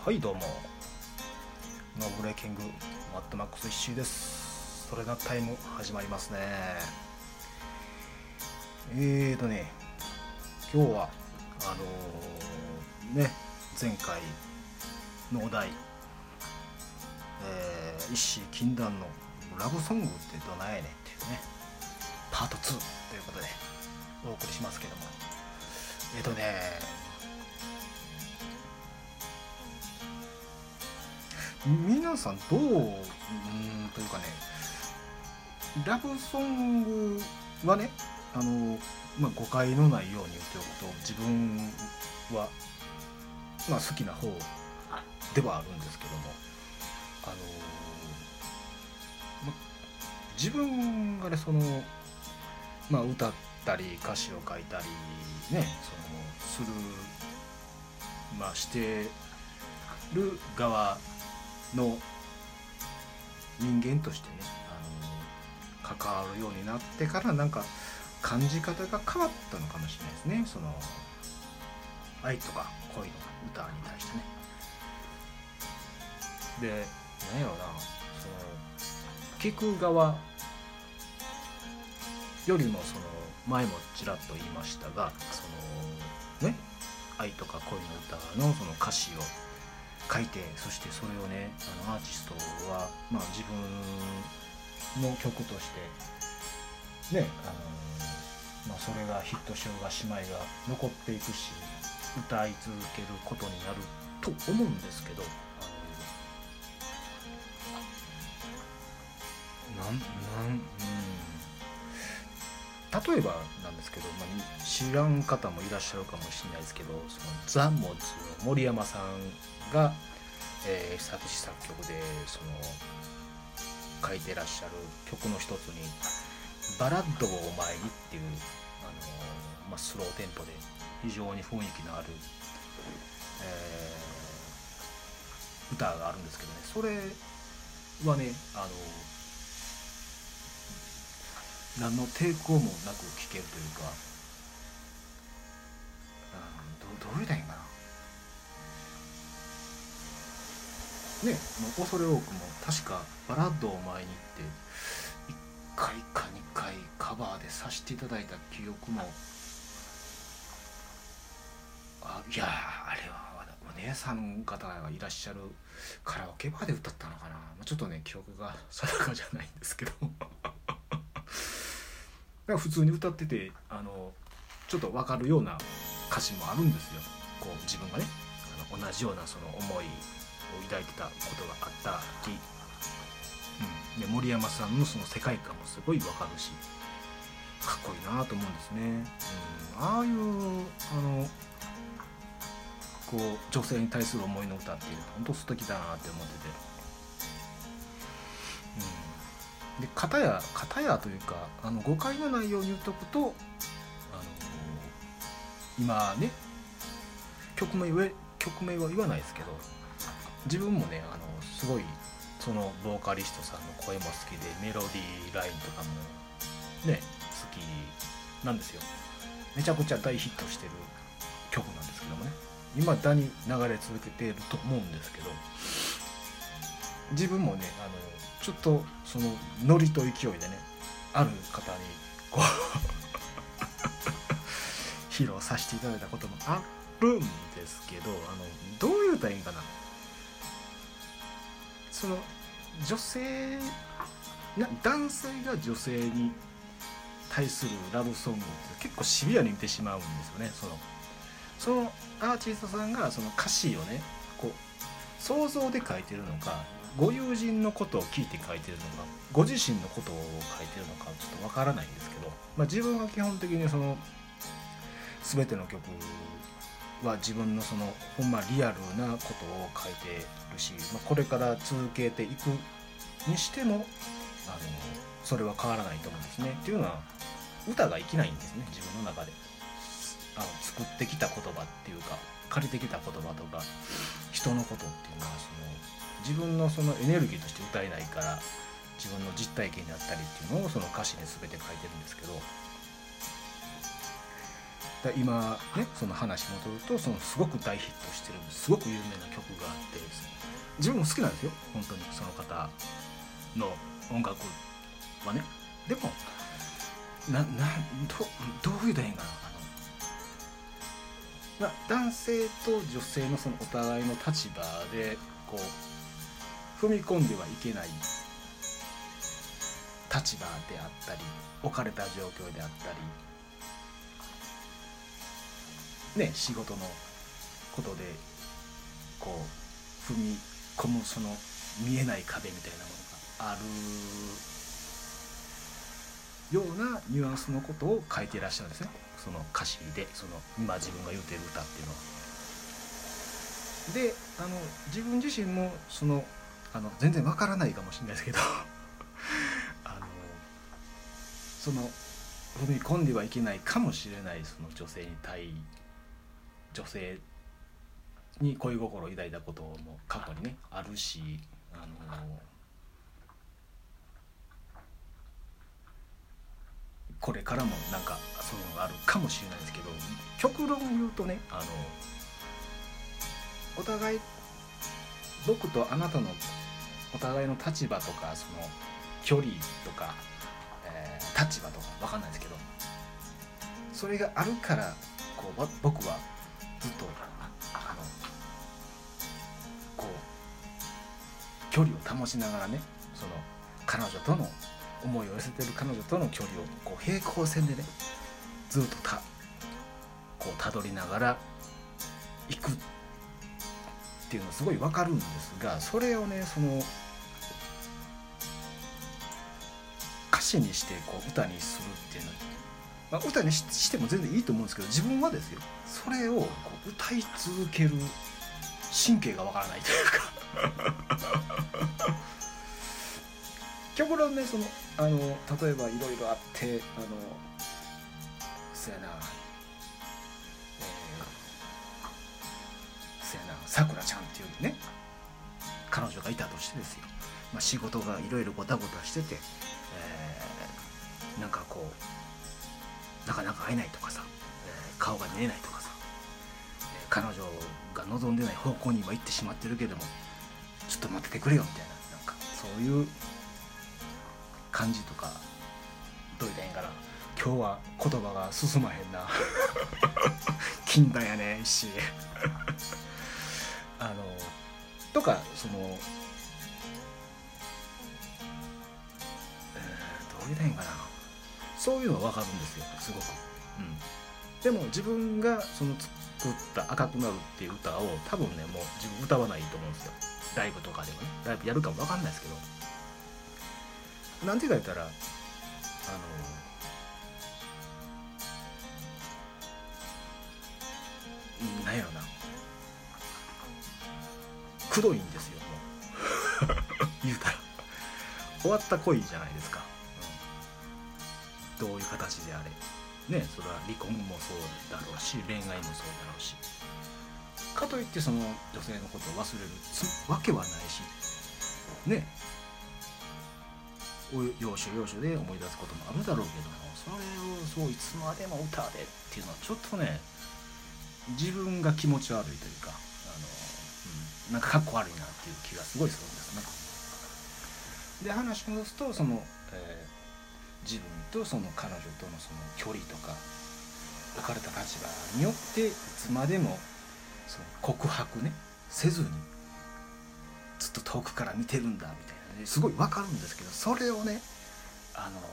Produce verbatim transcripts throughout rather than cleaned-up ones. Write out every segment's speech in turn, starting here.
はいどうもノブレキングマッドマックス石井です。それなタイム始まりますね。えーとね今日はあのー、ね前回のお題、えー、一糸禁断のラブソングってどないやねんっていうねパートツーということでお送りしますけども、えーとね皆さんどう、うーんというかねラブソングはねあの、まあ、誤解のないように言っておくと自分は、まあ、好きな方ではあるんですけどもあの、ま、自分がねその、まあ、歌ったり歌詞を書いたりねそのする、まあ、してる側の人間としてねあの関わるようになってからなんか感じ方が変わったのかもしれないですね。その愛とか恋の歌に対してね。で何やろうなその聞く側よりもその前もちらっと言いましたがそのね愛とか恋の歌のその歌詞を書いてそしてそれをねあのアーティストは、まあ、自分の曲としてねあの、まあ、それがヒットしようがしまいが残っていくし歌い続けることになると思うんですけどあのなんなんうん例えばなんですけど、まあ、知らん方もいらっしゃるかもしれないですけどそのザ・モズの森山さんが、えー、作詞作曲でその書いてらっしゃる曲の一つにバラッドをお前にっていう、あのーまあ、スローテンポで非常に雰囲気のある、えー、歌があるんですけどねそれはねあの何の抵抗もなく聴けるというか、うん、ど, どういうたらいいんかなねもう恐れ多くも確かバラッドを前にっていっかいかにかいカバーでさせていただいた記憶もあいやあれはお姉さん方がいらっしゃるカラオケバーで歌ったのかなちょっとね記憶が定かじゃないんですけど普通に歌っててあのちょっと分かるような歌詞もあるんですよ。こう自分がねあの同じようなその思いを抱いてたことがあったり、うん、で森山さんのその世界観もすごい分かるしかっこいいなと思うんですね、うん、ああいうあのこう女性に対する思いの歌っていうのは本当素敵だなって思ってて、うん、で片や片やというかあの誤解のないように言っとくとあの今ね曲名は曲名は言わないですけど自分もねあのすごいそのボーカリストさんの声も好きでメロディーラインとかもね好きなんですよ。めちゃくちゃ大ヒットしてる曲なんですけどもね未だに流れ続けていると思うんですけど自分もねあのちょっとそのノリと勢いでねある方にこう披露させていただいたこともあるんですけどあのどう言うたらいいんかなその女性な男性が女性に対するラブソングって結構シビアに見てしまうんですよね。そのそのアーティストさんがその歌詞をねこう想像で書いてるのかご友人のことを聞いて書いてるのかご自身のことを書いてるのかちょっとわからないんですけど、まあ、自分は基本的にその全ての曲は自分のそのほんまリアルなことを書いてるし、まあ、これから続けていくにしてもあのそれは変わらないと思うんですね。っていうのは歌が生きないんですね自分の中であの作ってきた言葉っていうか借りてきた言葉とか人のことっていうのはその自分のそのエネルギーとして歌えないから自分の実体験であったりっていうのをその歌詞に全て書いてるんですけどだ今ねその話戻るとそのすごく大ヒットしてるすごく有名な曲があって自分も好きなんですよ本当にその方の音楽はね。でもなな ど, どういうといいんかなあの男性と女性のそのお互いの立場でこう踏み込んではいけない立場であったり置かれた状況であったりね仕事のことでこう踏み込むその見えない壁みたいなものがあるようなニュアンスのことを書いていらっしゃるんですねその歌詞でその今自分が言うてる歌っていうのは。であの自分自身もそのあの全然わからないかもしれないですけどあのその踏み込んではいけないかもしれないその女性に対女性に恋心を抱いたことも過去にねあるしあのこれからもなんかそういうのがあるかもしれないですけど極論言うとねあのお互い僕とあなたのお互いの立場とかその距離とか、えー、立場とか分かんないですけどそれがあるからこう僕はずっとあのこう距離を保ちながらねその彼女との思いを寄せてる彼女との距離をこう平行線でねずっとたこうたどりながら行くっていうのはすごい分かるんですがそれをねその歌詞にしてこう歌にするっていうのは、まあ、歌に し, しても全然いいと思うんですけど自分はですよそれをこう歌い続ける神経が分からないというか極論ねそのあの例えばいろいろあってあのそやなさくらちゃんっていうね彼女がいたとしてですよ、まあ、仕事がいろいろごたごたしてて、えー、なんかこうなかなか会えないとかさ、えー、顔が見えないとかさ、えー、彼女が望んでない方向に今行ってしまってるけどもちょっと待っててくれよみたいななんかそういう感じとかどう言ったらいいんかな今日は言葉が進まへんな禁断やねしあのとかその、えー、どう言ったらいいんかなそういうのは分かるんですよすごく、うん、でも自分がその作った赤くなるっていう歌を多分ねもう自分歌わないと思うんですよライブとかでもねライブやるかも分かんないですけどなんて言ったらあのなんやろなくどいんですよもう言うたら終わった恋じゃないですか、うん、どういう形であれねそれは離婚もそうだろうし恋愛もそうだろうしかといってその女性のことを忘れるわけはないしね要所要所で思い出すこともあるだろうけどもそれをそういつまでも歌でっていうのはちょっとね自分が気持ち悪いというかあの、うん、なんかかっこ悪いなっていう気がすごいするんですね。で話戻すとその、えー、自分とその彼女とのその距離とか置かれた立場によっていつまでもその告白ねせずにずっと遠くから見てるんだみたいなねすごいわかるんですけどそれをねあの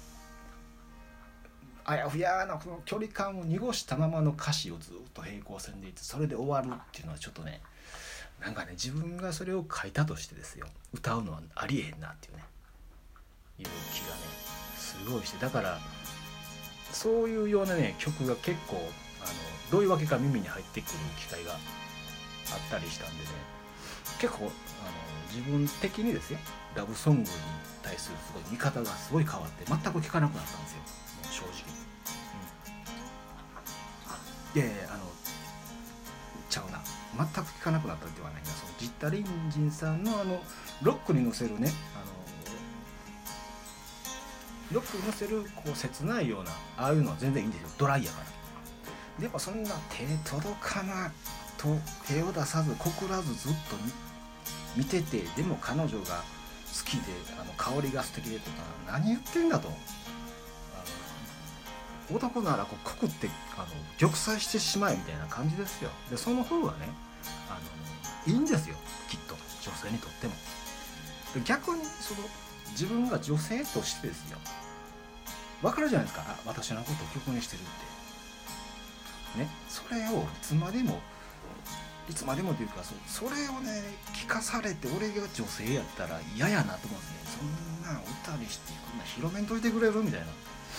あやふやなこの距離感を濁したままの歌詞をずっと平行線でいってそれで終わるっていうのはちょっとねなんかね自分がそれを書いたとしてですよ歌うのはありえへんなっていうねいう気がねすごいしてだからそういうようなね曲が結構あのどういうわけか耳に入ってくる機会があったりしたんでね結構あの自分的にですよラブソングに対するすごい見方がすごい変わって全く聴かなくなったんですよ正直、うん、いやいやあのちゃうな全く聴かなくなったんではないなそのジッタリンジンさんのあのロックに乗せるねあのロックに乗せるこう切ないようなああいうのは全然いいんですよドライやからでもそんな手届かなと手を出さず告らずずっと見てて、でも彼女が好きであの香りが素敵でとか何言ってんだと、あの男ならこうくくってあの玉砕してしまえみたいな感じですよ。でその方がねあのいいんですよきっと女性にとっても。で逆にその自分が女性としてですよ、分かるじゃないですか、あ私のことを曲にしてるってね。それをいつまでもいつまでもというか そ, それをね聞かされて俺が女性やったら嫌やなと思うんですね。そんな歌にしてこんな広めんといてくれるみたいな、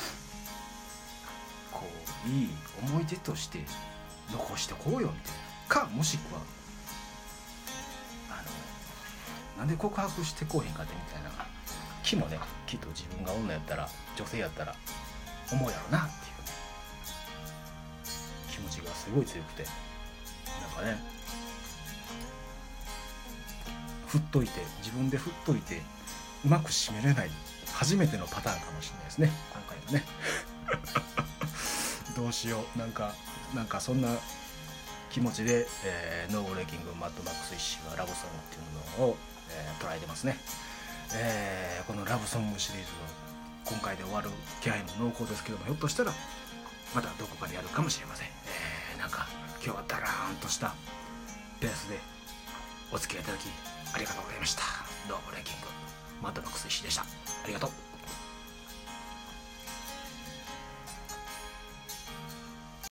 こういい思い出として残してこうよみたいなか、もしくはあのなんで告白してこうへんかってみたいな気もねきっと自分が女やったら女性やったら思うやろなっていう、ね、気持ちがすごい強くて、なんかね振っといて自分で振っといてうまく締めれない初めてのパターンかもしれないですね今回はねどうしよう、なんかなんかそんな気持ちで、えー、ノーブレーキングマッドマックス一種はラブソングっていうのを、えー、捉えてますね。えー、このラブソングシリーズは今回で終わる気配も濃厚ですけども、ひょっとしたらまたどこかでやるかもしれません。えー、なんか今日はダラーンとしたペースでお付き合いいただきありがとうございました。ノーブレーキングマッドマックス石でした。ありがとう。